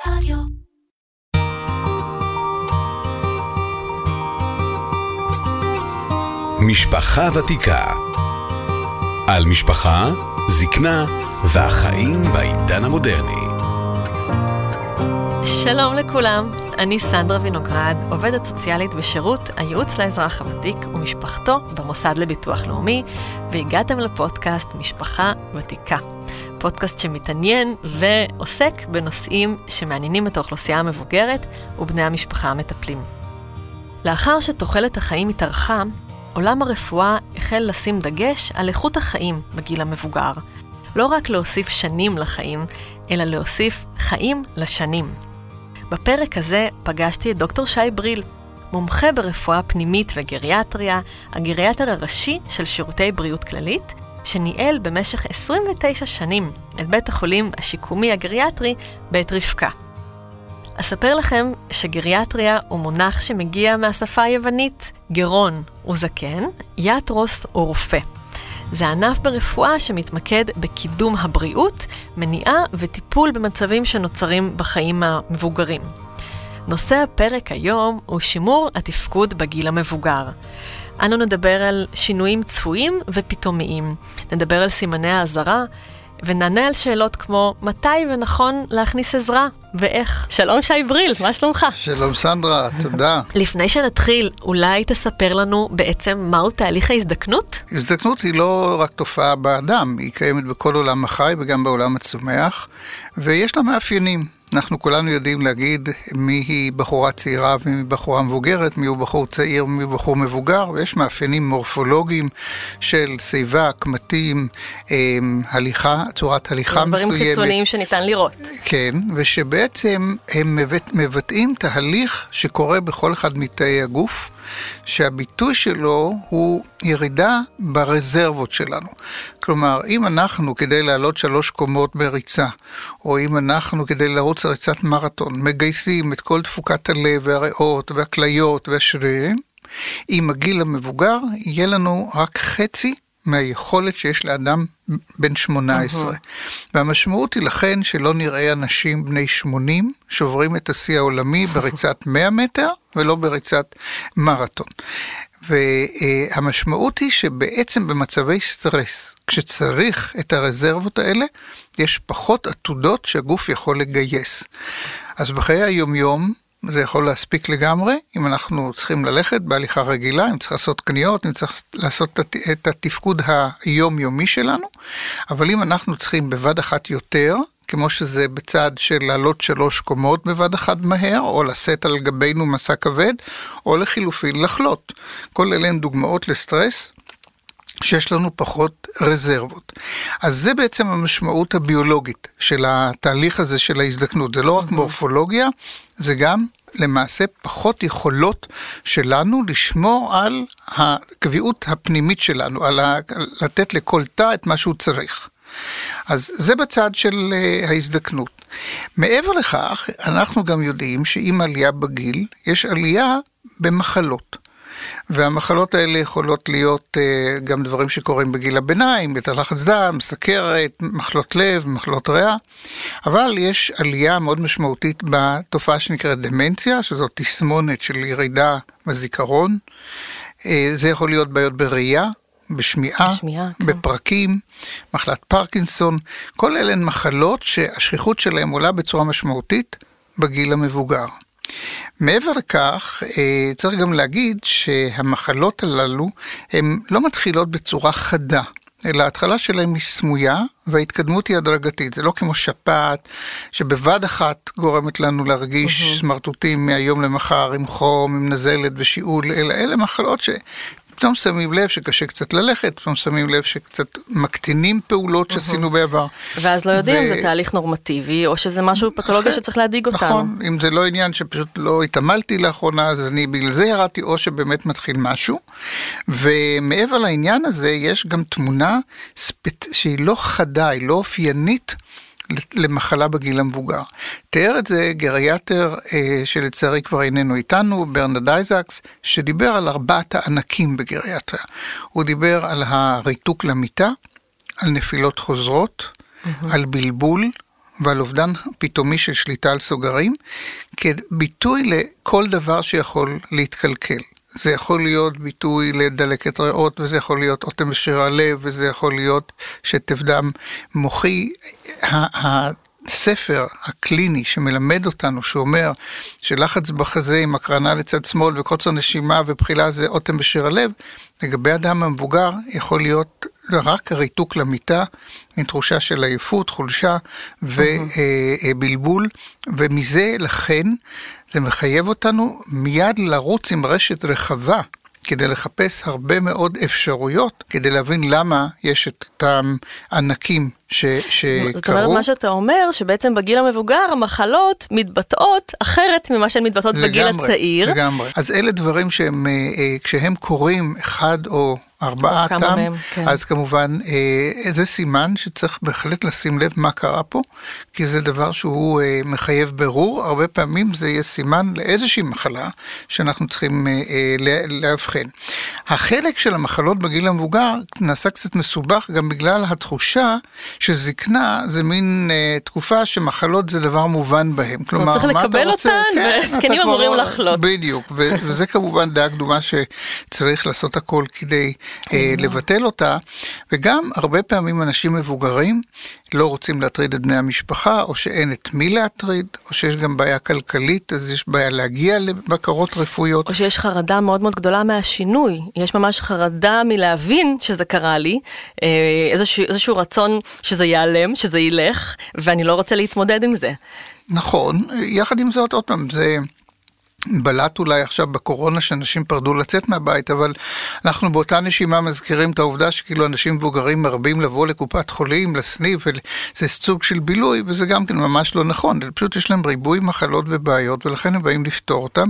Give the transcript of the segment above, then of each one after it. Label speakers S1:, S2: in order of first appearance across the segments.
S1: רדיו.
S2: משפחה ותיקה. על משפחה, זקנה והחיים בעידן המודרני.
S3: שלום לכולם, אני סנדרה וינוגרד, עובדת סוציאלית בשירות הייעוץ לאזרח הוותיק ומשפחתו במוסד לביטוח לאומי, והגעתם לפודקאסט משפחה ותיקה. פודקאסט שמתעניין ועוסק בנושאים שמעניינים את האוכלוסייה המבוגרת ובני המשפחה המטפלים. לאחר שתוחלת החיים התארכה, עולם הרפואה החל לשים דגש על איכות החיים בגיל המבוגר. לא רק להוסיף שנים לחיים, אלא להוסיף חיים לשנים. בפרק הזה פגשתי את דוקטור שי בריל, מומחה ברפואה פנימית וגריאטריה, הגריאטר הראשי של שירותי בריאות כללית, שניהל במשך 29 שנים את בית החולים השיקומי הגריאטרי בית רבקה. אספר לכם שגריאטריה הוא מונח שמגיע מהשפה היוונית, גרון הוא זקן, יאטרוס הוא רופא. זה ענף ברפואה שמתמקד בקידום הבריאות, מניעה וטיפול במצבים שנוצרים בחיים המבוגרים. נושא הפרק היום הוא שימור התפקוד בגיל המבוגר. אנו נדבר על שינויים צפויים ופתאומיים, נדבר על סימני האזהרה, ונענה על שאלות כמו מתי ונכון להכניס עזרה ואיך. שלום שי בריל, מה שלומך?
S4: שלום סנדרה, תודה.
S3: לפני שנתחיל, אולי תספר לנו בעצם מהו תהליך ההזדקנות?
S4: הזדקנות היא לא רק תופעה באדם, היא קיימת בכל עולם החי וגם בעולם הצומח, ויש לה מאפיינים. אנחנו כולנו יודעים להגיד מי היא בחורה צעירה ומי בחורה מבוגרת, מי הוא בחור צעיר ומי הוא בחור מבוגר, ויש מאפיינים מורפולוגיים של שיבה, קמטים, הליכה, צורת הליכה מסוימת.
S3: דברים חיצוניים שניתן לראות.
S4: כן, ושבעצם הם מבטאים תהליך שקורה בכל אחד מתאי הגוף, שהביטוי שלו הוא ירידה ברזרבות שלנו. כלומר, אם אנחנו כדי לעלות 3 קומות בריצה, או אם אנחנו כדי לרוץ ריצת מרתון, מגייסים את כל תפוקת הלב והריאות והכליות והשרירים, עם הגיל המבוגר יהיה לנו רק חצי מהיכולת שיש לאדם בן 18. והמשמעות היא לכן שלא נראה אנשים בני 80 שוברים את השיא העולמי בריצת 100 מטר ולא בריצת מרתון. והמשמעות היא שבעצם במצבי סטרס, כשצריך את הרזרבות האלה, יש פחות עתודות שהגוף יכול לגייס. אז בחיי היומיום, זה יכול להספיק לגמרי, אם אנחנו צריכים ללכת בהליכה רגילה, אם צריך לעשות קניות, אם צריך לעשות את התפקוד היומיומי שלנו, אבל אם אנחנו צריכים בבד אחת יותר, כמו שזה בצד של לעלות 3 קומות בבד אחת מהר, או לשאת על גבינו מסע כבד, או לחילופין לחלות. כל אלה הן דוגמאות לסטרס, שיש לנו פחות רזרבות. אז זה בעצם המשמעות הביולוגית של התהליך הזה של ההזדקנות. זה לא רק מורפולוגיה, זה גם למעשה פחות יכולות שלנו לשמור על הקביעות הפנימית שלנו, על לתת לכל תא את מה שהוא צריך. אז זה בצד של ההזדקנות. מעבר לכך, אנחנו גם יודעים שעם עלייה בגיל, יש עלייה במחלות. והמחלות האלה יכולות להיות גם דברים שקורים בגיל הביניים, בית לחץ דם, סכרת, מחלות לב, מחלות ריאה, אבל יש עלייה מאוד משמעותית בתופעה שנקראת דמנציה, שזו תסמונת של ירידה בזיכרון. זה יכול להיות בעיות בראייה, בשמיעה, כן. בפרקים, מחלת פרקינסון, כל אלה הן מחלות שהשכיחות שלהן עולה בצורה משמעותית בגיל המבוגר. מעבר לכך, צריך גם להגיד שהמחלות הללו הן לא מתחילות בצורה חדה, אלא ההתחלה שלהן היא סמויה, וההתקדמות היא הדרגתית. זה לא כמו שפעת, שבבד אחת גורמת לנו להרגיש סמרטוטים מהיום למחר, עם חום, עם נזלת ושיעול, אלא אלה מחלות פתאום שמים לב שקשה קצת ללכת, פתאום שמים לב שקצת מקטינים פעולות שעשינו בעבר.
S3: ואז לא יודעים אם זה תהליך נורמטיבי, או שזה משהו פתולוגיה שצריך להדיג אותנו.
S4: נכון, אם זה לא עניין שפשוט לא התעמלתי לאחרונה, אז אני בגלל זה ירדתי, או שבאמת מתחיל משהו. ומעבר לעניין הזה, יש גם תמונה שהיא לא חדה, היא לא אופיינית, למחלה בגיל המבוגר. תיאר את זה גריאטר שלצערי כבר איננו איתנו, ברנרד אייזקס, שדיבר על 4 הענקים בגריאטריה. הוא דיבר על הריתוק למיטה, על נפילות חוזרות, על בלבול ועל אובדן פתאומי של שליטה על סוגרים, כביטוי לכל דבר שיכול להתקלקל. זה יכול להיות ביטוי לדלקת ריאות, וזה יכול להיות אוטם בשריר הלב, וזה יכול להיות שטף דם מוחי. הספר הקליני שמלמד אותנו, שאומר שלחץ בחזה עם הקרנה לצד שמאל וקוצר נשימה ובחילה זה אוטם בשריר הלב, לגבי אדם המבוגר יכול להיות רק ריתוק למיטה, עם תחושה של עייפות, חולשה ובלבול, ומזה לכן זה מחייב אותנו מיד לרוץ עם רשת רחבה, כדי לחפש הרבה מאוד אפשרויות, כדי להבין למה יש את אותם ענקים שקרו.
S1: זאת אומרת, מה שאתה אומר, שבעצם בגיל המבוגר, המחלות מתבטאות אחרת ממה שהן מתבטאות בגיל הצעיר.
S4: לגמרי. אז אלה דברים שהם, כשהם קוראים אחד או ארבעתם, כן. אז כמובן זה סימן שצריך בהחלט לשים לב מה קרה פה, כי זה דבר שהוא מחייב ברור, הרבה פעמים זה יהיה סימן לאיזושהי מחלה שאנחנו צריכים להבחן. החלק של המחלות בגיל המבוגר נעשה קצת מסובך גם בגלל התחושה שזקנה זה מין תקופה שמחלות זה דבר מובן בהם.
S1: כלומר, צריך לקבל אותן וזקנים אמורים לחלות.
S4: בדיוק, וזה כמובן דעה קדומה שצריך לעשות הכל כדי לבטל אותה, וגם הרבה פעמים אנשים מבוגרים לא רוצים להטריד את בני המשפחה, או שאין את מי להטריד, או שיש גם בעיה כלכלית, אז יש בעיה להגיע לבקרות רפואיות.
S1: או שיש חרדה מאוד מאוד גדולה מהשינוי, יש ממש חרדה מלהבין שזה קרה לי, איזשהו רצון שזה ייעלם, שזה ילך, ואני לא רוצה להתמודד עם זה.
S4: נכון, יחד עם זאת עוד פעם, זה בלט אולי עכשיו בקורונה שאנשים פרדו לצאת מהבית, אבל אנחנו באותה נשימה מזכירים את העובדה שכאילו אנשים מבוגרים מרבים לבוא לקופת חולים, לסניף, וזה סוג של בילוי, וזה גם כן ממש לא נכון, פשוט יש להם ריבוי מחלות ובעיות, ולכן הם באים לפתור אותם,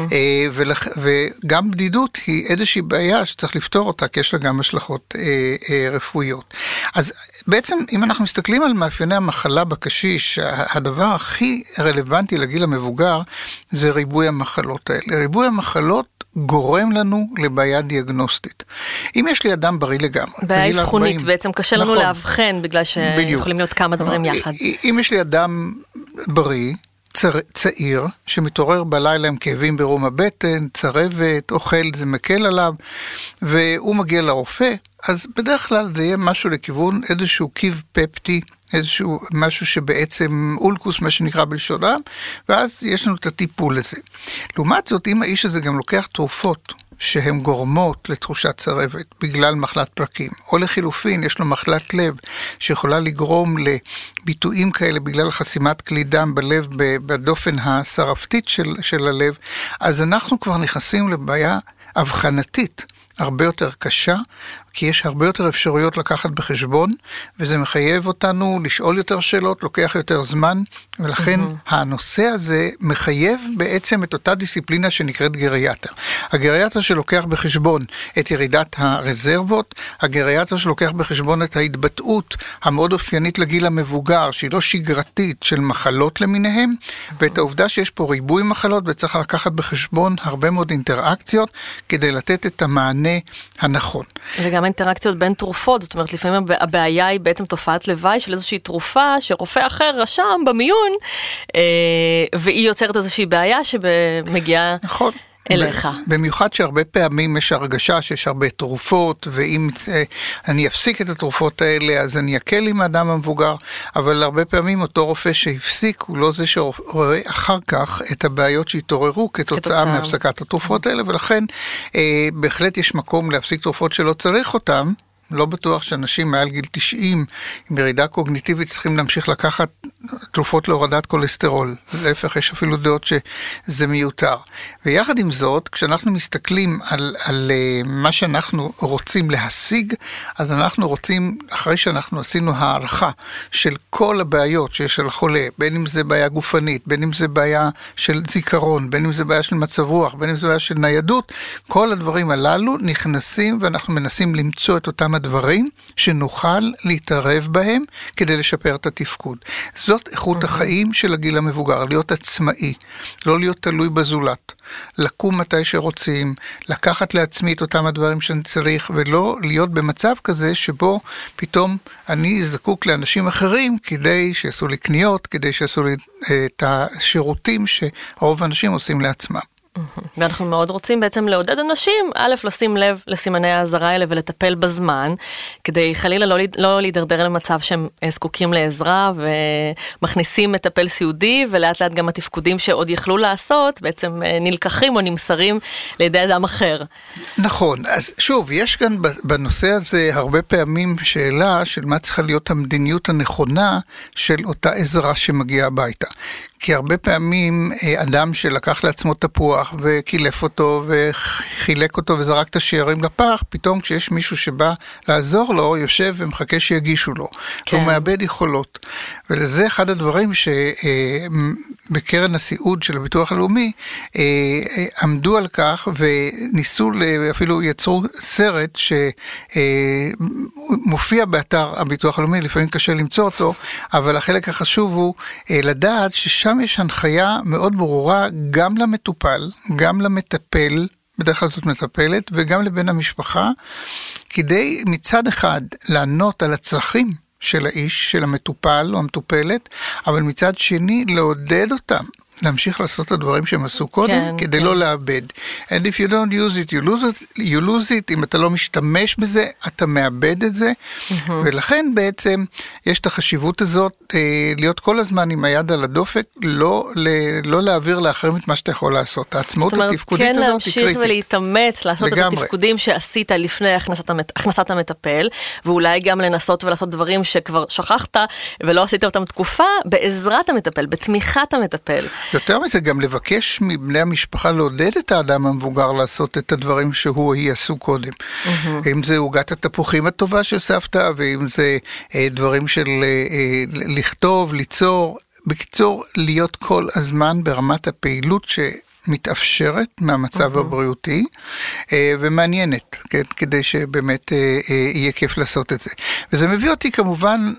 S4: וגם בדידות היא איזושהי בעיה שצריך לפתור אותה, כי יש לה גם השלכות רפואיות. אז בעצם אם אנחנו מסתכלים על מאפייני המחלה בקשיש, הדבר הכי רלוונטי לגיל המבוגר, זה ריבוי המחלות האלה. ריבוי המחלות גורם לנו לבעיה דיאגנוסטית. אם יש לי אדם בריא לגמרי,
S1: בעיה אבחונית, בעצם קשה לנו להבחן, בגלל שיכולים להיות כמה דברים יחד.
S4: אם יש לי אדם בריא, צעיר, שמתעורר בלילה עם כאבים ברום הבטן, צרבת, אוכל, זה מקל עליו, והוא מגיע לרופא, אז בדרך כלל זה יהיה משהו לכיוון איזשהו קיב פפטי, איזשהו משהו שבעצם אולקוס, מה שנקרא בלשונם, ואז יש לנו את הטיפול הזה. לעומת זאת, אם האיש הזה גם לוקח תרופות, שהן גורמות לתחושת צרבת בגלל מחלת פרקים, או לחילופין, יש לו מחלת לב שיכולה לגרום לביטויים כאלה בגלל חסימת כלי דם בלב בדופן השרפתית של הלב, אז אנחנו כבר נכנסים לבעיה אבחנתית הרבה יותר קשה, כי יש הרבה יותר אפשרויות לקחת בחשבון, וזה מחייב אותנו לשאול יותר שאלות, לוקח יותר זמן, ולכן הנושא הזה מחייב בעצם את אותה דיסציפלינה שנקראת גריאטר. הגריאטר שלוקח בחשבון את ירידת הרזרבות, הגריאטר שלוקח בחשבון את ההתבטאות המאוד אופיינית לגיל המבוגר, שהיא לא שגרתית של מחלות למיניהם, ואת העובדה שיש פה ריבוי מחלות, וצריך לקחת בחשבון הרבה מאוד אינטראקציות, כדי לתת את המענה הנכון.
S1: וגם אינטראקציות בין תרופות, זאת אומרת, לפעמים הבעיה היא בעצם תופעת לוואי של איזושהי תרופה שרופא אחר רשם במיון, והיא יוצרת איזושהי בעיה שמגיעה נכון. אליך.
S4: במיוחד שהרבה פעמים יש הרגשה שיש הרבה תרופות, ואם אני אפסיק את התרופות האלה, אז אני אקל עם האדם המבוגר, אבל הרבה פעמים אותו רופא שהפסיק, הוא לא זה שרואה אחר כך את הבעיות שהתעוררו כתוצאה מהפסקת התרופות האלה, ולכן בהחלט יש מקום להפסיק תרופות שלא צריך אותם, לא בטוח שאנשים מעל גיל 90 עם ירידה קוגניטיבית צריכים להמשיך לקחת תרופות להורדת כולסטרול. להפך, יש אפילו דעות שזה מיותר. ויחד עם זאת, כשאנחנו מסתכלים על מה שאנחנו רוצים להשיג, אז אנחנו רוצים, אחרי שאנחנו עשינו הערכה של כל הבעיות שיש על החולה, בין אם זה בעיה גופנית, בין אם זה בעיה של זיכרון, בין אם זה בעיה של מצב רוח, בין אם זה בעיה של ניידות, כל הדברים הללו נכנסים ואנחנו מנסים למצוא את אותם הדברים שנוכל להתערב בהם כדי לשפר את התפקוד. זאת איכות החיים של הגיל המבוגר, להיות עצמאי, לא להיות תלוי בזולת, לקום מתי שרוצים, לקחת לעצמי את אותם הדברים שאני צריך, ולא להיות במצב כזה שבו פתאום אני זקוק לאנשים אחרים, כדי שיעשו לי קניות, כדי שיעשו לי את השירותים שרוב האנשים עושים לעצמם.
S1: ואנחנו מאוד רוצים בעצם לעודד אנשים, א', לשים לב לסימני האזהרה האלה ולטפל בזמן, כדי חלילה לא להידרדר למצב שהם זקוקים לעזרה, ומכניסים מטפל סיעודי, ולאט לאט גם התפקודים שעוד יכלו לעשות, בעצם נלקחים או נמסרים לידי אדם אחר.
S4: נכון, אז שוב, יש כאן בנושא הזה הרבה פעמים שאלה של מה צריכה להיות המדיניות הנכונה של אותה עזרה שמגיעה הביתה. כי הרבה פעמים אדם שלקח לעצמו תפוח וקילף אותו וחילק אותו וזרק את השיירים לפח, פתאום כשיש מישהו שבא לעזור לו, יושב ומחכה שיגישו לו. כן. הוא מאבד יכולות. ולזה אחד הדברים שבקרן הסיעוד של הביטוח הלאומי עמדו על כך וניסו, אפילו יצרו סרט שמופיע באתר הביטוח הלאומי, לפעמים קשה למצוא אותו, אבל החלק החשוב הוא לדעת ששם יש הנחיה מאוד ברורה גם למטופל, גם למטפל, בדרך כלל זאת מטפלת, וגם לבן המשפחה, כדי מצד אחד לענות על הצרכים של האיש, של המטופל או המטופלת, אבל מצד שני לעודד אותם. להמשיך לעשות את הדברים שהם עשו קודם, כדי לא לאבד. And if you don't use it, you lose it. אם אתה לא משתמש בזה, אתה מאבד את זה. ולכן בעצם יש את החשיבות הזאת, להיות כל הזמן עם היד על הדופק, לא להעביר לאחרים את מה שאתה יכול לעשות. העצמאות התפקודית הזאת היא קריטית.
S1: כן להמשיך ולהתאמץ, לעשות את התפקודים שעשית לפני הכנסת המטפל, ואולי גם לנסות ולעשות דברים שכבר שכחת, ולא עשית אותם תקופה, בעזרת המטפל, בתמיכת המטפל.
S4: יותר מזה, גם לבקש מבני המשפחה לעודד את האדם המבוגר לעשות את הדברים שהוא או היא עשו קודם. אם זה עוגת התפוחים הטובה של סבתא, ואם זה דברים של לכתוב, ליצור, בקיצור, להיות כל הזמן ברמת הפעילות מתאפשרת מהמצב הבריאותי, ומעניינת, כן? כדי שבאמת יהיה כיף לעשות את זה. וזה מביא אותי כמובן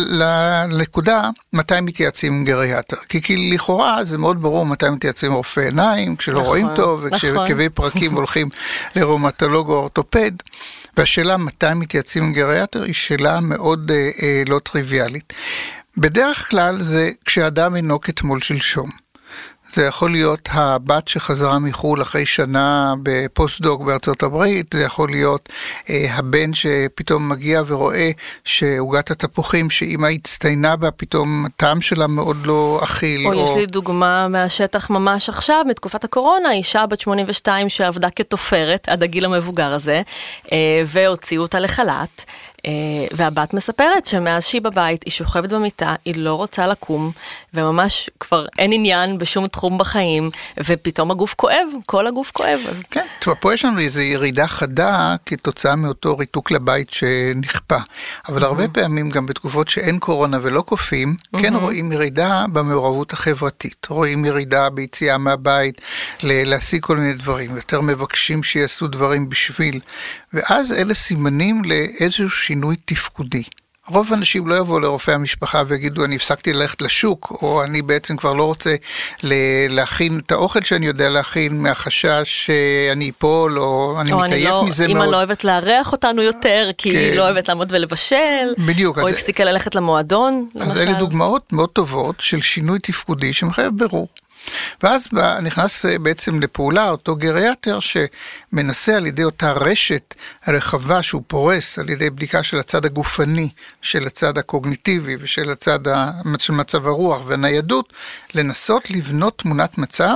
S4: לנקודה מתי מתייעצים עם גריאטר. כי לכאורה זה מאוד ברור מתי מתייעצים רופא עיניים, כשלא רואים טוב, וכשכאבי פרקים הולכים לראומטולוג או אורתופד. והשאלה מתי מתייעצים עם גריאטר היא שאלה מאוד לא טריוויאלית. בדרך כלל זה כשאדם אינו כתמול שלשום. זה יכול להיות הבת שחזרה מחול אחרי שנה בפוסט-דוק בארצות הברית, זה יכול להיות הבן שפתאום מגיע ורואה שעוגת התפוחים שאמא הצטיינה בה, פתאום הטעם שלה מאוד לא אכיל.
S1: או יש לי דוגמה מהשטח ממש עכשיו, מתקופת הקורונה, אישה בת 82 שעבדה כתופרת עד הגיל המבוגר הזה, והוציאו אותה לחל"ת. והבת מספרת שמאז שהיא בבית, היא שוכבת במיטה, היא לא רוצה לקום, וממש כבר אין עניין בשום תחום בחיים, ופתאום הגוף כואב, כל הגוף כואב. אז...
S4: כן, טוב, פה יש לנו איזו ירידה חדה כתוצאה מאותו ריתוק לבית שנכפה, אבל הרבה פעמים גם בתקופות שאין קורונה ולא קופים, כן רואים ירידה במעורבות החברתית, רואים ירידה ביציאה מהבית, להשיג כל מיני דברים, יותר מבקשים שיעשו דברים בשביל, ואז אלה סימנים לאיזשהו שינוי תפקודי. רוב האנשים לא יבואו לרופא המשפחה ויגידו, אני הפסקתי ללכת לשוק, או אני בעצם כבר לא רוצה להכין את האוכל שאני יודע להכין, מהחשש שאני אפול, או אני מתעייף מזה מאוד.
S1: אמא לא אוהבת לארח אותנו יותר, כי היא לא אוהבת לעמוד ולבשל,
S4: בדיוק,
S1: או הפסיקה ללכת למועדון, למשל.
S4: אז אלה דוגמאות מאוד טובות של שינוי תפקודי שמחייב ברור. ואז נכנס בעצם לפעולה אותו גריאטר שמנסה על ידי אותה רשת רחבה שהוא פורס על ידי בדיקה של הצד הגופני, של הצד הקוגניטיבי ושל הצד של מצב הרוח והניידות, לנסות לבנות תמונת מצב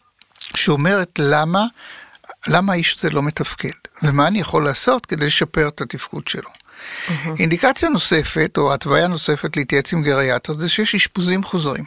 S4: שאומרת למה האיש הזה לא מתפקד ומה אני יכול לעשות כדי לשפר את התפקוד שלו. אינדיקציה נוספת או התוויה נוספת להתייעץ עם גריאטר זה שיש אשפוזים חוזרים.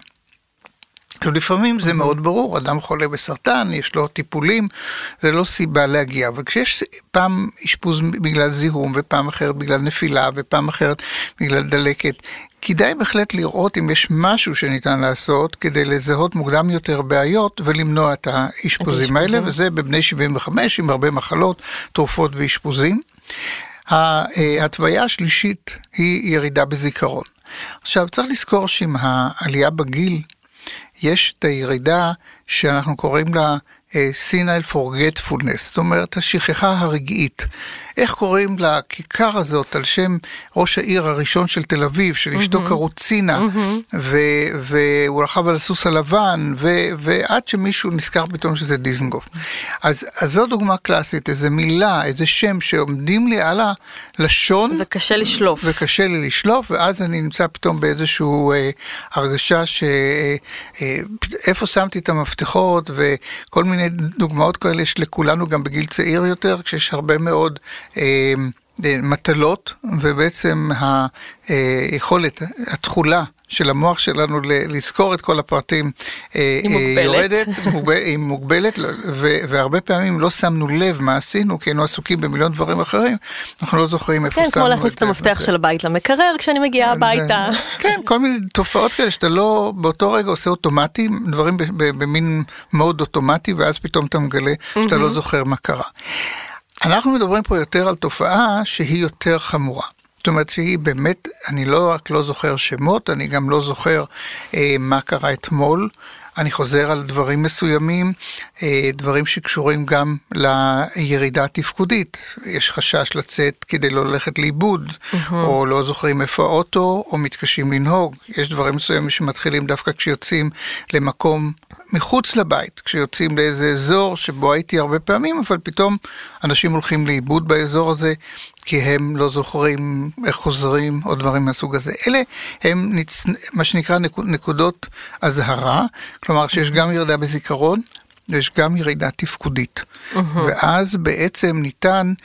S4: לפעמים זה מאוד ברור, אדם חולה בסרטן, יש לו טיפולים, זה לא סיבה להגיע, אבל כשיש פעם אשפוז בגלל זיהום, ופעם אחרת בגלל נפילה, ופעם אחרת בגלל דלקת, כדאי בהחלט לראות אם יש משהו שניתן לעשות, כדי לזהות מוקדם יותר בעיות, ולמנוע את האשפוזים האלה, וזה בבני 75, עם הרבה מחלות, תרופות ואשפוזים. ההתוויה השלישית היא ירידה בזיכרון. עכשיו, צריך לזכור שעם העלייה בגיל, יש את הירידה שאנחנו קוראים לה senile forgetfulness, זאת אומרת, השכחה הרגעית. איך קוראים לכיכר הזאת על שם ראש העיר הראשון של תל אביב, של אשתו קרוצינה, והוא רכב על הסוס הלבן, ועד שמישהו נזכר פתאום שזה דיזנגוף. אז זו דוגמה קלאסית, איזו מילה, איזה שם שעומדים לי על הלשון,
S1: וקשה לשלוף.
S4: וקשה לי לשלוף, ואז אני נמצא פתאום באיזשהו הרגשה איפה שמתי את המפתחות, וכל מיני דוגמאות כאלה יש לכולנו גם בגיל צעיר יותר, כשיש הרבה מאוד מטלות, ובעצם היכולת, התחולה של המוח שלנו לזכור את כל הפרטים יורדת, היא מוגבלת, והרבה פעמים לא שמנו לב מה עשינו, כי היינו עסוקים במיליון דברים אחרים, אנחנו לא זוכרים איפה שמנו את זה.
S1: כן, כמו להכניס את המפתח של הבית למקרר כשאני מגיעה הביתה.
S4: כן, כל מיני תופעות כאלה שאתה לא באותו רגע עושה אוטומטי, דברים במין מוד אוטומטי, ואז פתאום אתה מגלה שאתה לא זוכר מה קרה. אנחנו מדברים פה יותר על תופעה שהיא יותר חמורה. זאת אומרת שהיא באמת, אני לא רק לא זוכר שמות, אני גם לא זוכר מה קרה אתמול, אני חוזר על דברים מסוימים, דברים שקשורים גם לירידה התפקודית. יש חשש לצאת כדי לא ללכת לאיבוד, או לא זוכרים איפה האוטו, או מתקשים לנהוג. יש דברים מסוימים שמתחילים דווקא כשיוצאים למקום מחוץ לבית, כשיוצאים לאיזה אזור שבו הייתי הרבה פעמים, אבל פתאום אנשים הולכים לאיבוד באזור הזה, כי הם לא זוכרים איך חוזרים, או דברים מהסוג הזה. אלה הם מה שנקרא נקודות הזהרה, כלומר שיש גם ירידה בזיכרון, יש גם ירידה תפקודית. ואז בעצם ניתן,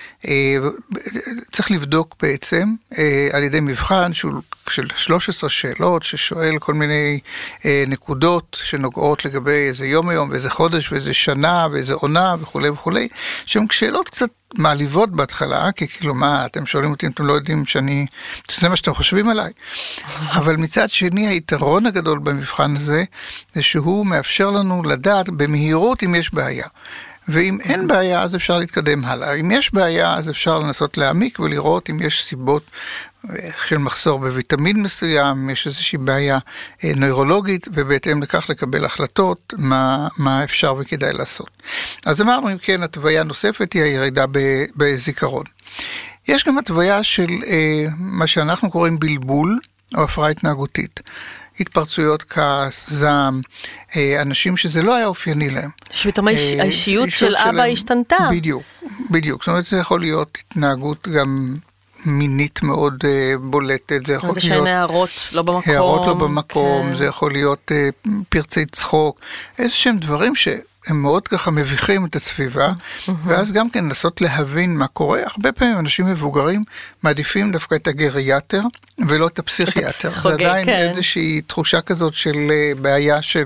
S4: צריך לבדוק בעצם, על ידי מבחן של 13 שאלות, ששואל כל מיני נקודות שנוגעות לגבי איזה יום, ואיזה חודש, ואיזה שנה, ואיזה עונה, וכו' וכו', שהן שאלות קצת מעליבות בהתחלה, כי כאילו מה, אתם שואלים אותי, אתם לא יודעים זה מה שאתם חושבים עליי. אבל מצד שני, היתרון הגדול במבחן הזה, זה שהוא מאפשר לנו לדעת במהירות אם יש בעיה. ואם אין בעיה, אז אפשר להתקדם הלאה. אם יש בעיה, אז אפשר לנסות להעמיק ולראות אם יש סיבות של מחסור בוויטמין מסוים, יש איזושהי בעיה נוירולוגית, ובהתאם לכך לקבל החלטות מה אפשר וכדאי לעשות. אז אמרנו, אם כן, התוויה נוספת היא הירידה בזיכרון. יש גם התוויה של מה שאנחנו קוראים בלבול, או הפרעה התנהגותית. התפרצויות כעס, זעם, אנשים שזה לא היה אופייני להם.
S1: שפתאום האישיות של אבא השתנתה.
S4: בדיוק. זאת אומרת, זה יכול להיות התנהגות גם מינית מאוד בולטת, זה יכול להיות...
S1: זה שהן הערות לא במקום.
S4: הערות לא במקום, זה יכול להיות פרצי צחוק, איזשהם דברים הם מאוד ככה מביכים את הסביבה, ואז גם כן לנסות להבין מה קורה. הרבה פעמים אנשים מבוגרים מעדיפים דווקא את הגריאטר, ולא את הפסיכיאטר. זה עדיין איזושהי תחושה כזאת של בעיה של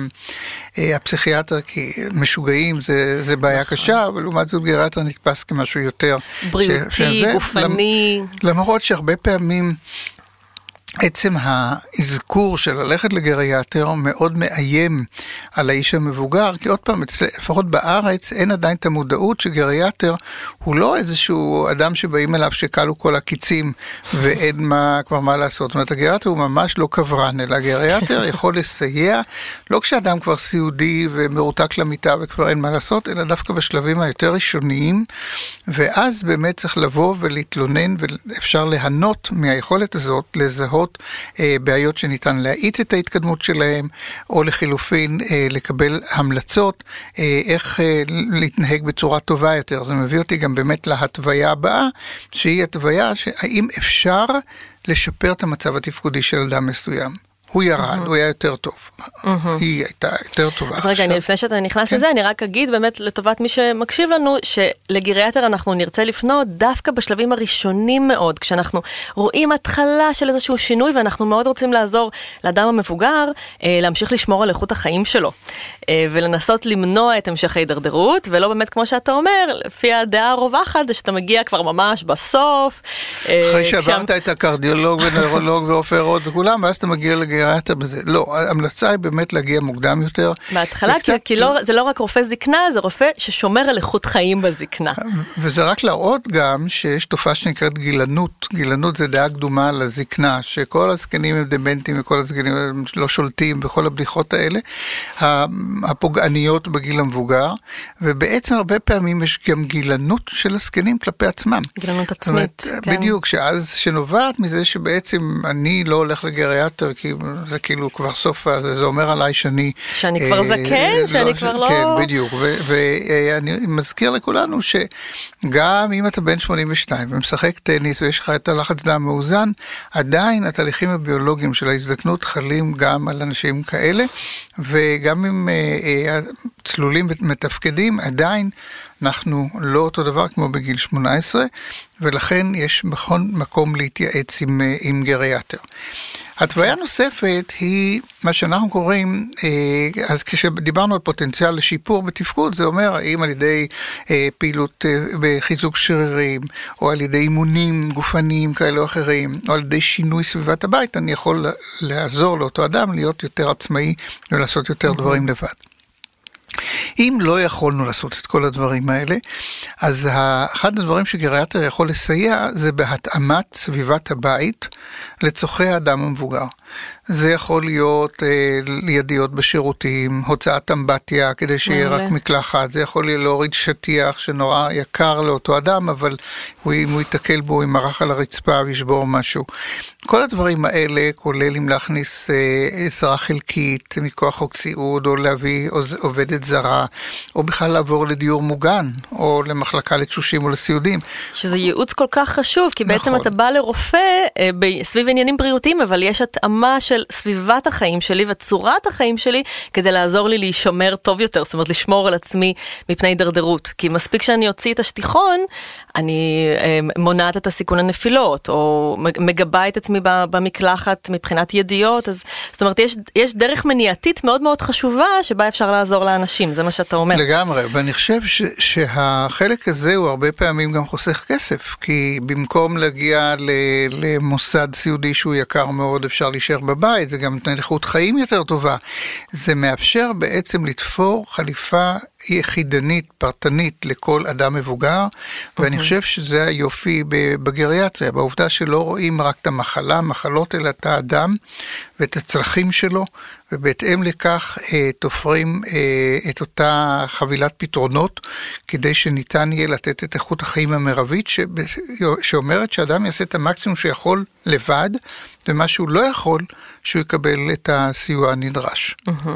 S4: הפסיכיאטר, כי משוגעים זה בעיה קשה, אבל לעומת זאת גריאטר נתפס כמשהו יותר...
S1: בריאותי, גופני. למרות
S4: שהרבה פעמים... עצם האזכור של ללכת לגריאטר מאוד מאיים על האיש המבוגר, כי עוד פעם, לפחות בארץ, אין עדיין את המודעות שגריאטר הוא לא איזשהו אדם שבאים אליו שקלו כל הקיצים ואין כבר מה לעשות. זאת אומרת, הגריאטר הוא ממש לא קברן, אלא הגריאטר יכול לסייע, לא כשאדם כבר סיעודי ומרותק למיטה וכבר אין מה לעשות, אלא דווקא בשלבים היותר ראשוניים, ואז באמת צריך לבוא ולהתלונן, ואפשר ליהנות מהיכולת הזאת לזהות בעיות שניתן להאיט את ההתקדמות שלהם, או לחילופין לקבל המלצות, איך להתנהג בצורה טובה יותר. זה מביא אותי גם באמת להתוויה הבאה, שהיא התוויה שהאם אפשר לשפר את המצב התפקודי של אדם מסוים. הוא ירד, הוא היה יותר טוב. היא הייתה יותר טובה.
S1: אז רגע, לפני שאתה נכנס לזה, אני רק אגיד באמת לטובת מי שמקשיב לנו, שלגריאטר אנחנו נרצה לפנות דווקא בשלבים הראשונים מאוד, כשאנחנו רואים התחלה של איזשהו שינוי, ואנחנו מאוד רוצים לעזור לאדם המבוגר, להמשיך לשמור על איכות החיים שלו, ולנסות למנוע את המשך ההידרדרות, ולא באמת כמו שאתה אומר, לפי הדעה הרווחת, זה שאתה מגיע כבר ממש בסוף.
S4: אחרי שעברת את הקרדיולוג ונוירולוג ואופרות וכולם, ואז אתה מגיע לגריאטר. הגריאטר בזה. לא, ההמלצה היא באמת להגיע מוקדם יותר.
S1: בהתחלה, כי זה לא רק רופא זקנה, זה רופא ששומר על איכות חיים בזקנה.
S4: וזה רק להראות גם שיש תופעה שנקראת גילנות. גילנות זה דעה קדומה לזקנה, שכל הזקנים הם דמנטים וכל הזקנים הם לא שולטים בכל הבדיחות האלה, הפוגעניות בגיל המבוגר, ובעצם הרבה פעמים יש גם גילנות של הזקנים כלפי עצמם.
S1: גילנות עצמית,
S4: כן. בדיוק, שנובעת מזה שבעצם אני לא הולך לגריאטר, כי זה כאילו כבר סוף, זה אומר עליי שאני
S1: כבר זקן, שאני כבר לא...
S4: כן, בדיוק, ואני מזכיר לכולנו שגם אם אתה בן 82 ומשחק טניס ויש לך את הלחץ דם מאוזן, עדיין התהליכים הביולוגיים של ההזדקנות חלים גם על אנשים כאלה, וגם אם צלולים מתפקדים, עדיין אנחנו לא אותו דבר כמו בגיל 18, ולכן יש בכל מקום להתייעץ עם גריאטר. התוויה נוספת היא מה שאנחנו קוראים, אז כשדיברנו על פוטנציאל לשיפור בתפקוד, זה אומר האם על ידי פעילות בחיזוק שרירים, או על ידי אימונים גופניים כאלה או אחרים, או על ידי שינוי סביבת הבית, אני יכול לעזור לאותו אדם להיות יותר עצמאי ולעשות יותר דברים לבד. אם לא יכולנו לעשות את כל הדברים האלה, אז אחד הדברים שגריאטר יכול לסייע זה בהתאמת סביבת הבית לצורכי האדם המבוגר. זה יכול להיות ידיות בשירותים, הוצאת אמבטיה כדי שיהיה רק מקלחת, זה יכול להוריד שטיח שנורא יקר לאותו אדם, אבל אם הוא יתקל בו עם מרח על הרצפה וישבור משהו. כל הדברים האלה כולל אם להכניס עזרה חלקית מכוח חוק סיעוד, או להביא עובדת זרה, או בכלל לעבור לדיור מוגן, או למחלקה לתשושים או לסיעודים.
S1: שזה ייעוץ כל כך חשוב, כי בעצם אתה בא לרופא סביב עניינים בריאותיים, אבל יש התאמה של סביבת החיים שלי וצורת החיים שלי, כדי לעזור לי להישמר טוב יותר, זאת אומרת לשמור על עצמי מפני דרדרות. כי מספיק שאני אוציא את השטיחון, אני מונעת את הסיכון הנפילות, או מגבה את עצמי במקלחת מבחינת ידיות, אז זאת אומרת, יש דרך מניעתית מאוד מאוד חשובה, שבה אפשר לעזור לאנשים, זה מה שאתה אומר.
S4: לגמרי, ואני חושב שהחלק הזה הוא הרבה פעמים גם חוסך כסף, כי במקום להגיע למוסד סיעודי שהוא יקר מאוד, אפשר להישאר בבית, זה גם נותן איכות חיים יותר טובה. זה מאפשר בעצם לתפור חליפה יחידנית, פרטנית לכל אדם מבוגר, ואני חושב שזה היופי בגריאטריה, בעובדה שלא רואים רק את מחלות, אלא את האדם ואת הצרכים שלו, ובהתאם לכך תופרים את אותה חבילת פתרונות, כדי שניתן יהיה לתת את איכות החיים המרבית, שאומרת שאדם יעשה את המקסימום שיכול לבד, ומה שהוא לא יכול, שהוא יקבל את הסיוע הנדרש.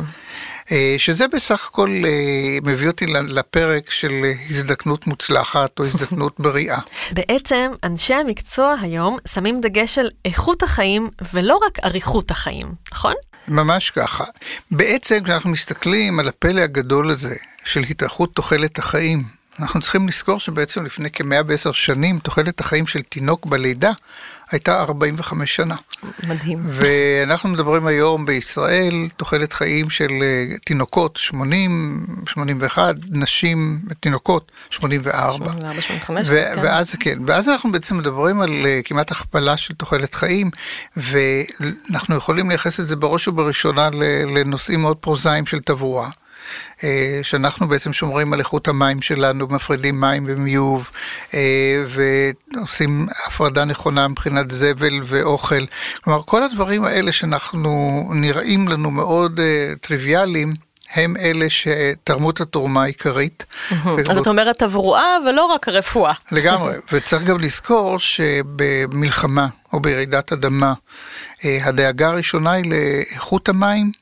S4: שזה בסך הכל מביא אותי לפרק של הזדקנות מוצלחת או הזדקנות בריאה.
S3: בעצם אנשי המקצוע היום שמים דגש על איכות החיים ולא רק אריכות החיים, נכון?
S4: ממש ככה. בעצם כשאנחנו מסתכלים על הפלא הגדול הזה של התארכות תוחלת החיים, אנחנו צריכים לזכור שבעצם לפני כ-110 שנים תוחלת החיים של תינוק בלידה הייתה 45 שנה.
S1: מדהים.
S4: ואנחנו מדברים היום בישראל, תוחלת חיים של תינוקות 80, 81, נשים, תינוקות 84.
S1: 84, 85.
S4: ואז כן, ואז אנחנו בעצם מדברים על כמעט הכפלה של תוחלת חיים, ואנחנו יכולים לייחס את זה בראש ובראשונה לנושאים מאוד פרוזאיים של תברואה. שאנחנו בעצם שומרים על איכות המים שלנו, מפרידים מים ומיוב, ועושים הפרדה נכונה מבחינת זבל ואוכל. כלומר, כל הדברים האלה שאנחנו נראים לנו מאוד טריוויאליים, הם אלה שתרמו את התרומה העיקרית.
S1: אז את אומרת תברואה ולא רק הרפואה.
S4: לגמרי, וצריך גם לזכור שבמלחמה או בירידת אדמה, הדאגה הראשונה היא לאיכות המים,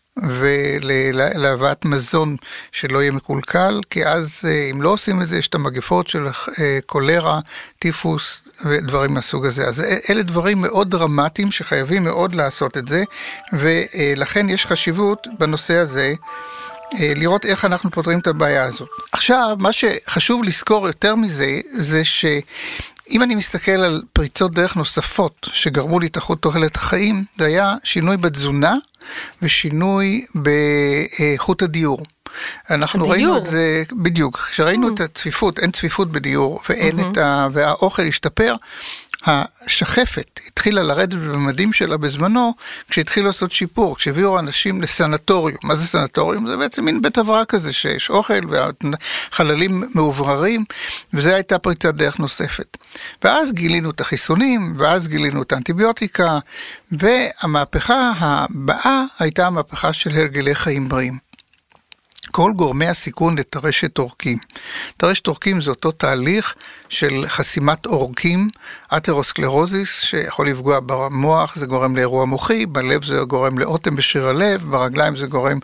S4: ולהבאת מזון שלא יהיה מקולקל, כי אז אם לא עושים את זה, יש את המגפות של קולרה, טיפוס ודברים מהסוג הזה. אז אלה דברים מאוד דרמטיים שחייבים מאוד לעשות את זה, ולכן יש חשיבות בנושא הזה, לראות איך אנחנו פותרים את הבעיה הזאת. עכשיו, מה שחשוב לזכור יותר מזה, זה שאם אני מסתכל על פריצות דרך נוספות שגרמו להתארכות תוחלת החיים, זה היה שינוי בתזונה ושינוי באיכות הדיור. אנחנו ראינו את זה, בדיוק, כשראינו את הצפיפות, אין צפיפות בדיור, והאוכל השתפר, השחפת התחילה לרדת בממדים שלה בזמנו, כשהתחילו לעשות שיפור, כשהביאו אנשים לסנטוריום. מה זה סנטוריום? זה בעצם מין בית הבראה כזה, שיש אוכל והחללים מעובררים, וזה הייתה פריצת דרך נוספת. ואז גילינו את החיסונים, ואז גילינו את האנטיביוטיקה, והמהפכה הבאה הייתה המהפכה של הרגלי חיים בריאים. כל גורמי הסיכון לטרשת עורקים. טרשת עורקים זה אותו תהליך של חסימת עורקים, אתרוסקלרוזיס, שיכול לפגוע במוח, זה גורם לאירוע מוחי, בלב זה גורם לאוטם בשריר הלב, ברגליים זה גורם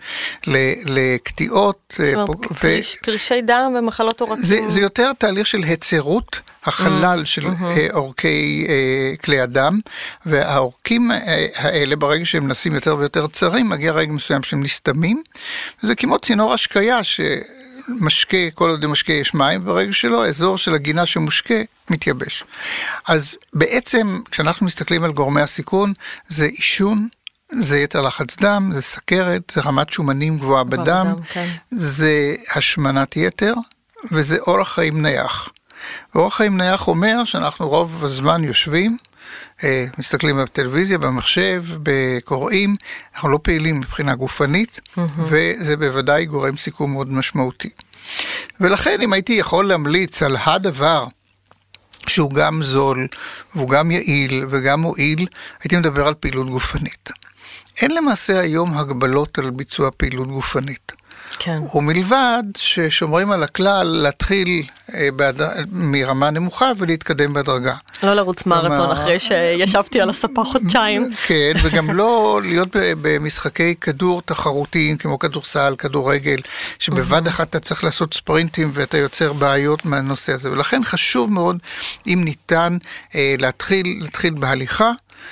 S4: לקטיעות.
S1: קרישי דם ומחלות עורקים.
S4: זה יותר תהליך של היצרות, החלל של עורקי כלי הדם, והעורקים האלה, ברגע שהם נעשים יותר ויותר צרים, מגיע רגע מסוים שהם נסתמים, וזה כמו צינור השקיה שמשקה, כל עוד משקה יש מים, ברגע שלו, האזור של הגינה שמושקה מתייבש. אז בעצם, כשאנחנו מסתכלים על גורמי הסיכון, זה עישון, זה יתר לחץ דם, זה סכרת, זה רמת שומנים גבוהה בדם, כן. זה השמנת יתר, וזה אורח חיים נייח. ואורח חיים נייח אומר שאנחנו רוב הזמן יושבים, מסתכלים בטלוויזיה, במחשב, בקוראים, אנחנו לא פעילים מבחינה גופנית, וזה בוודאי גורם סיכון מאוד משמעותי. ולכן אם הייתי יכול להמליץ על הדבר שהוא גם זול, והוא גם יעיל וגם מועיל, הייתי מדבר על פעילות גופנית. אין למעשה היום הגבלות על ביצוע פעילות גופנית. כן. ומלבד ששומרים על הכלל להתחיל מרמה נמוכה ולהתקדם בדרגה.
S1: לא לרוץ מרתון אחרי שישבתי על הספה חודשיים.
S4: כן, וגם לא להיות במשחקי כדור תחרותיים כמו כדורסל, כדורגל, שבבד אחת אתה צריך לעשות ספרינטים ואתה יוצר בעיות מהנושא הזה. ולכן חשוב מאוד אם ניתן להתחיל בהליכה,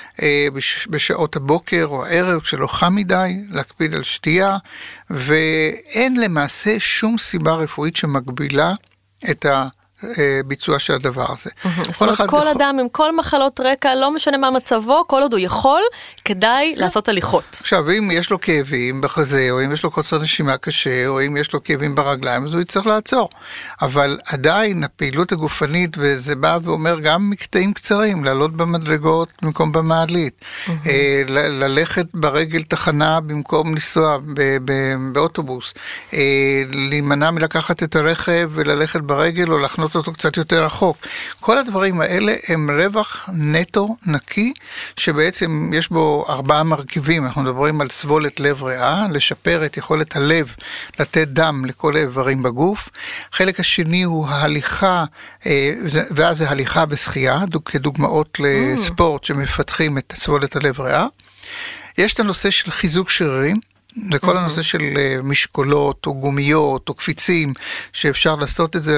S4: בשעות הבוקר או הערב כשלא חם מדי, להקפיד על שתייה, ואין למעשה שום סיבה רפואית שמגבילה את הביצוע של הדבר הזה.
S1: זאת אומרת, כל אדם עם כל מחלות רקע, לא משנה מה מצבו, כל עוד הוא יכול, כדאי לעשות הליכות.
S4: עכשיו, אם יש לו כאבים בחזה, או אם יש לו קוצר נשימה קשה, או אם יש לו כאבים ברגליים, אז הוא יצטרך לעצור. אבל עדיין הפעילות הגופנית, וזה בא ואומר גם מקטעים קצרים, לעלות במדרגות במקום במעלית, ללכת ברגל תחנה במקום לנסוע באוטובוס, להימנע מלקחת את הרכב וללכת ברגל או לחנות אותו קצת יותר רחוק. כל הדברים האלה הם רווח נטו נקי, שבעצם יש בו 4 מרכיבים. אנחנו מדברים על סבולת לב ריאה, לשפר את יכולת הלב, לתת דם לכל האיברים בגוף. חלק השני הוא ההליכה, ואז זה הליכה בשחייה, כדוגמאות לספורט שמפתחים את סבולת הלב ריאה. יש את הנושא של חיזוק שרירים, לכל הנושא של משקולות או גומיות או קפיצים, שאפשר לעשות את זה,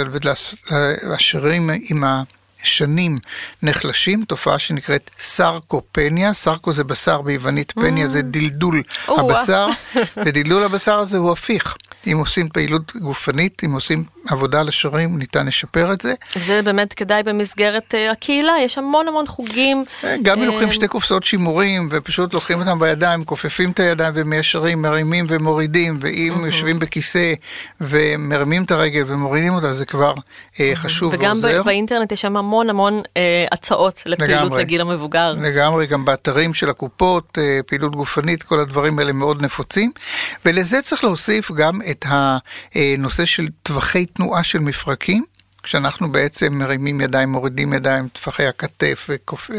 S4: והשרירים עם השנים נחלשים, תופעה שנקראת סרקופניה, סרקו זה בשר ביוונית, פניה זה דלדול הבשר, ודלדול הבשר הזה הוא הפיך. אם עושים פעילות גופנית, אם עושים עבודה על השרירים, ניתן לשפר את זה.
S1: זה באמת כדאי במסגרת הקהילה, יש המון חוגים.
S4: גם לוקחים 2 קופסאות שימורים, ופשוט לוקחים אותם בידיים, כופפים את הידיים ומיישרים, מרימים ומורידים, ואם יושבים בכיסא ומרימים את הרגל ומורידים אותה, זה כבר חשוב ועוזר.
S1: וגם באינטרנט יש שם המון הצעות לפעילות לגיל המבוגר.
S4: לגמרי, גם באתרים של הקופות, פעילות גופנית, כל הדברים האלה מאוד נפוצים, ולזה צריך להוסיף גם את הנושא של טווחי תנועה של מפרקים, כשאנחנו בעצם מרימים ידיים, מורידים ידיים, טווחי הכתף,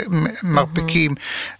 S4: מרפקים,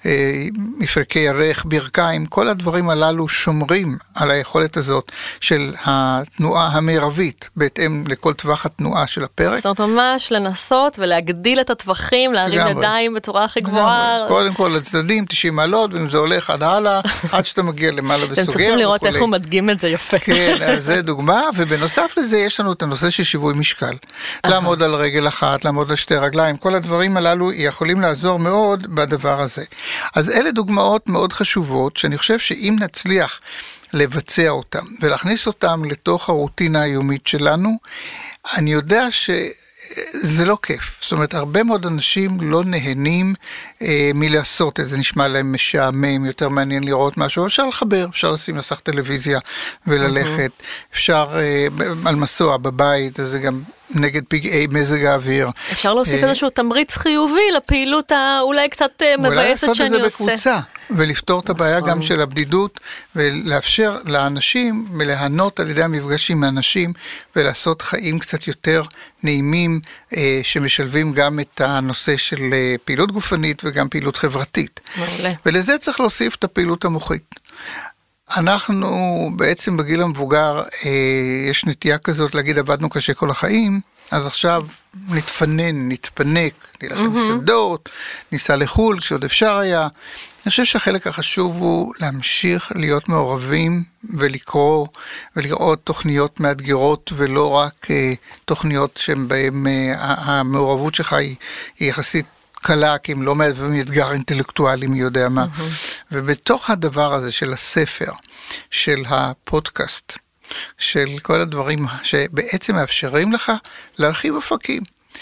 S4: מפרקי ירך, ברכיים, כל הדברים הללו שומרים על היכולת הזאת של התנועה המרבית, בהתאם לכל טווח התנועה של הפרק.
S1: זאת אומרת, ממש לנסות ולהגדיל את הטווחים, להרים ידיים בצורה הכי גבוהה.
S4: קודם כל לצדדים, 90 מעלות, ואם זה הולך עד הלאה, עד שאתה מגיע למעלה וסוגר.
S1: אתם צריכים לראות איך הוא מדגים את זה יפה.
S4: כן, אז זה דוגמה, ובנוסף לזה יש לנו את הנושא של שיווי משקל. לעמוד על רגל אחת, לעמוד על 2 רגליים, כל הדברים הללו יכולים לעזור מאוד בדבר הזה. אז אלה דוגמאות מאוד חשובות, שאני חושב שאם נצליח לבצע אותם, ולהכניס אותם לתוך הרוטינה היומית שלנו, אני יודע זה לא כיף. זאת אומרת, הרבה מאוד אנשים לא נהנים מלעשות את זה, נשמע להם משעמם, יותר מעניין לראות משהו, אפשר לחבר, אפשר לשים מסך טלוויזיה וללכת, אפשר על מסוע בבית, זה גם נגד פגעי מזג האוויר.
S1: אפשר להוסיף איזשהו תמריץ חיובי לפעילות האולי קצת מבאסת שאני עושה.
S4: לעשות את זה בקבוצה, ולפתור את הבעיה גם של הבדידות, ולאפשר לאנשים ליהנות על ידי המפגש עם האנשים, ולעשות חיים קצת יותר נעימים, שמשלבים גם את הנושא של פעילות גופנית, וגם פעילות חברתית.
S1: מעולה.
S4: ולזה צריך להוסיף את הפעילות המוחית. אנחנו בעצם בגיל המבוגר, יש נטייה כזאת להגיד עבדנו קשה כל החיים, אז עכשיו נתפנן, נתפנק, נלך למסעדות, ניסע לחול כשעוד אפשר היה. אני חושב שהחלק החשוב הוא להמשיך להיות מעורבים ולקרוא ולראות תוכניות מאתגרות ולא רק תוכניות שבהן המעורבות שלך היא יחסית קלה, כי הם לא מהווים אתגר אינטלקטואלי מי יודע מה. ובתוך הדבר הזה של הספר, של הפודקאסט, של כל הדברים שבעצם מאפשרים לך להרחיב אופקים,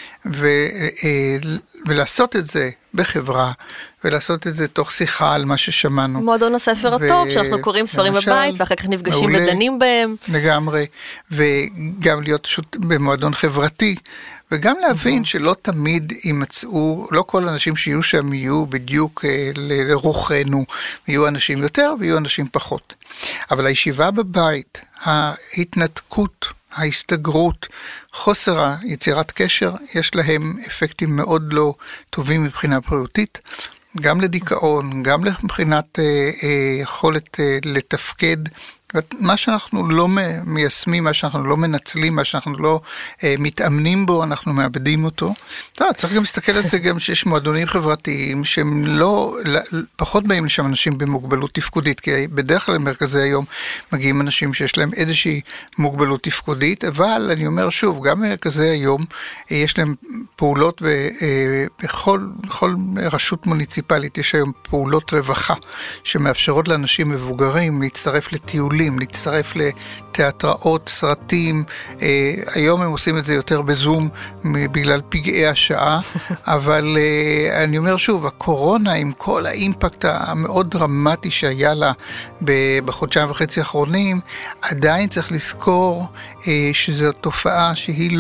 S4: ולעשות את זה בחברה, ולעשות את זה תוך שיחה על מה ששמענו.
S1: מועדון הספר הטוב, שאנחנו קוראים ספרים בבית, ואחר כך נפגשים ודנים בהם.
S4: לגמרי, וגם להיות פשוט במועדון חברתי, וגם להבין שלא תמיד יימצאו, לא כל האנשים שיהיו שם יהיו בדיוק לרוחנו, יהיו אנשים יותר ויהיו אנשים פחות. אבל הישיבה בבית, ההתנתקות, ההסתגרות, חוסר היצירת קשר, יש להם אפקטים מאוד לא טובים מבחינה בריאותית, גם לדיכאון, גם מבחינת יכולת לתפקד, מה שאנחנו לא מיישמים, מה שאנחנו לא מנצלים, מה שאנחנו לא מתאמנים בו, אנחנו מאבדים אותו. צריך גם להסתכל על זה גם שיש מועדונים חברתיים, שהם לא, פחות באים לשם אנשים במוגבלות תפקודית, כי בדרך כלל למרכזי היום מגיעים אנשים שיש להם איזושהי מוגבלות תפקודית, אבל אני אומר שוב, גם במרכזי היום יש להם פעולות, ובכל רשות מוניציפלית יש היום פעולות רווחה, שמאפשרות לאנשים מבוגרים להצטרף לטיולים, להצטרף לתיאטראות, סרטים, היום הם עושים את זה יותר בזום בגלל פגעי השעה, אבל אני אומר שוב, הקורונה עם כל האימפקט המאוד דרמטי שהיה לה בחודשיים וחצי האחרונים, עדיין צריך לזכור שזו תופעה שהיא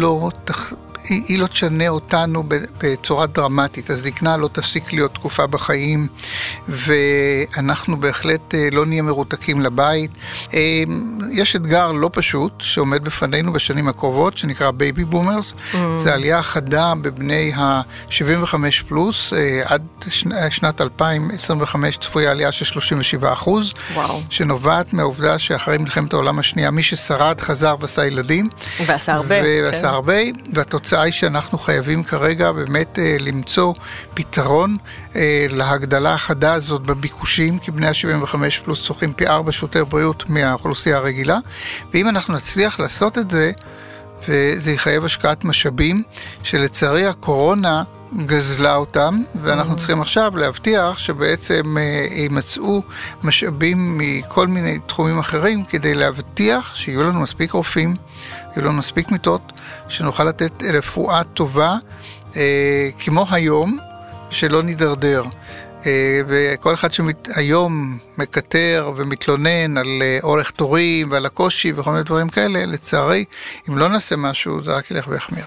S4: לא תשנה אותנו בצורה דרמטית. הזקנה לא תפסיק להיות תקופה בחיים, ואנחנו בהחלט לא נהיה מרותקים לבית. יש אתגר לא פשוט שעומד בפנינו בשנים הקרובות, שנקרא בייבי בומרס. זה עלייה חדה בבני ה-75 פלוס, עד שנת 2025 צפויה עלייה של 37%, שנובעת מהעובדה שאחרי מלחמת העולם השנייה, מי ששרד חזר ועשה ילדים.
S1: ועשה הרבה.
S4: והתוצאה היא שאנחנו חייבים כרגע באמת למצוא פתרון להגדלה החדה הזאת בביקושים, כי בני ה-75 פלוס צורכים פי 4 שירותי בריאות מהאוכלוסייה הרגילה, ואם אנחנו נצליח לעשות את זה, וזה יחייב השקעת משאבים, שלצערי הקורונה גזלה אותם, ואנחנו צריכים עכשיו להבטיח שבעצם יימצאו משאבים מכל מיני תחומים אחרים, כדי להבטיח שיהיו לנו מספיק רופאים, יהיו לנו מספיק מיטות, שנוכל לתת רפואה טובה, כמו היום, שלא נידרדר. וכל אחד שהיום מקטר ומתלונן על אורך תורים ועל הקושי וכל מיני דברים כאלה, לצערי, אם לא נעשה משהו, זה רק ילך ויחמיר.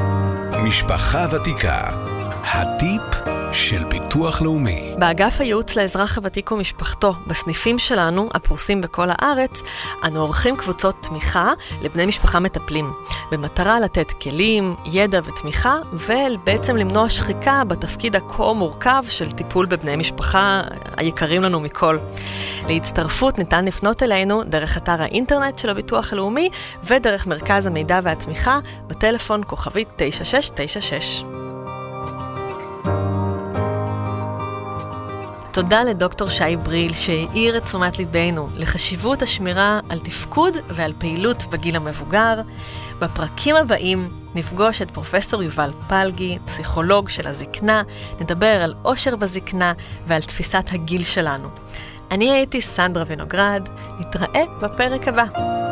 S2: משפחה ותיקה, הטיפ של ביטוח לאומי.
S1: באגף הייעוץ לאזרח הוותיק ומשפחתו, בסניפים שלנו, הפרוסים בכל הארץ, אנו עורכים קבוצות תמיכה לבני משפחה מטפלים, במטרה לתת כלים, ידע ותמיכה, ובעצם למנוע שחיקה בתפקיד הכה מורכב של טיפול בבני משפחה היקרים לנו מכל. להצטרפות ניתן לפנות אלינו דרך אתר האינטרנט של הביטוח הלאומי, ודרך מרכז המידע והתמיכה בטלפון כוכבית 9696. תודה לדוקטור שי בריל שהעיר את תשומת ליבנו לחשיבות השמירה על תפקוד ועל פעילות בגיל המבוגר. בפרקים הבאים נפגוש את פרופסור יובל פלגי, פסיכולוג של הזקנה, נדבר על עושר בזקנה ועל תפיסת הגיל שלנו. אני הייתי סנדרה וינוגרד, נתראה בפרק הבא.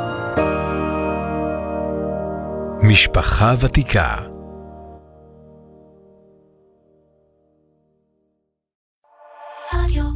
S2: משפחה ותיקה.
S5: רדיו